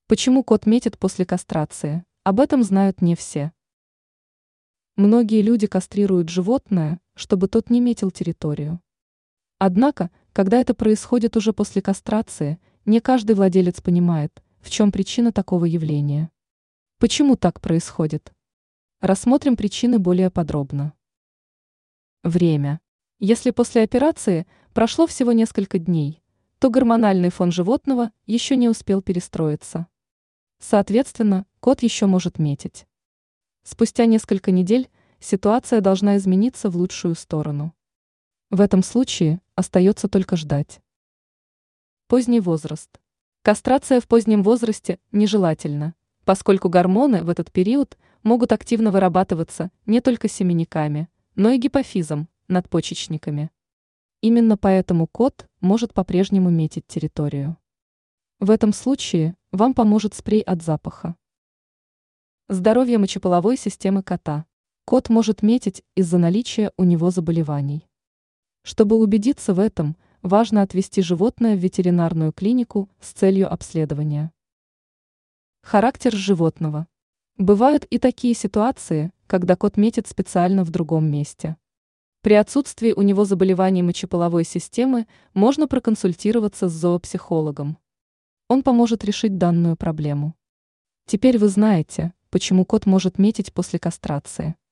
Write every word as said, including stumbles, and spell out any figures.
Почему кот метит после кастрации? Об этом знают не все. Многие люди кастрируют животное, чтобы тот не метил территорию. Однако, когда это происходит уже после кастрации, не каждый владелец понимает, в чем причина такого явления. Почему так происходит? Рассмотрим причины более подробно. Время. Если после операции прошло всего несколько дней, то гормональный фон животного еще не успел перестроиться. Соответственно, кот еще может метить. Спустя несколько недель ситуация должна измениться в лучшую сторону. В этом случае остается только ждать. Поздний возраст. Кастрация в позднем возрасте нежелательна, поскольку гормоны в этот период могут активно вырабатываться не только семенниками, но и гипофизом, надпочечниками. Именно поэтому кот может по-прежнему метить территорию. В этом случае вам поможет спрей от запаха. Здоровье мочеполовой системы кота. Кот может метить из-за наличия у него заболеваний. Чтобы убедиться в этом, важно отвезти животное в ветеринарную клинику с целью обследования. Характер животного. Бывают и такие ситуации, когда кот метит специально в другом месте. При отсутствии у него заболеваний мочеполовой системы можно проконсультироваться с зоопсихологом. Он поможет решить данную проблему. Теперь вы знаете, почему кот может метить после кастрации.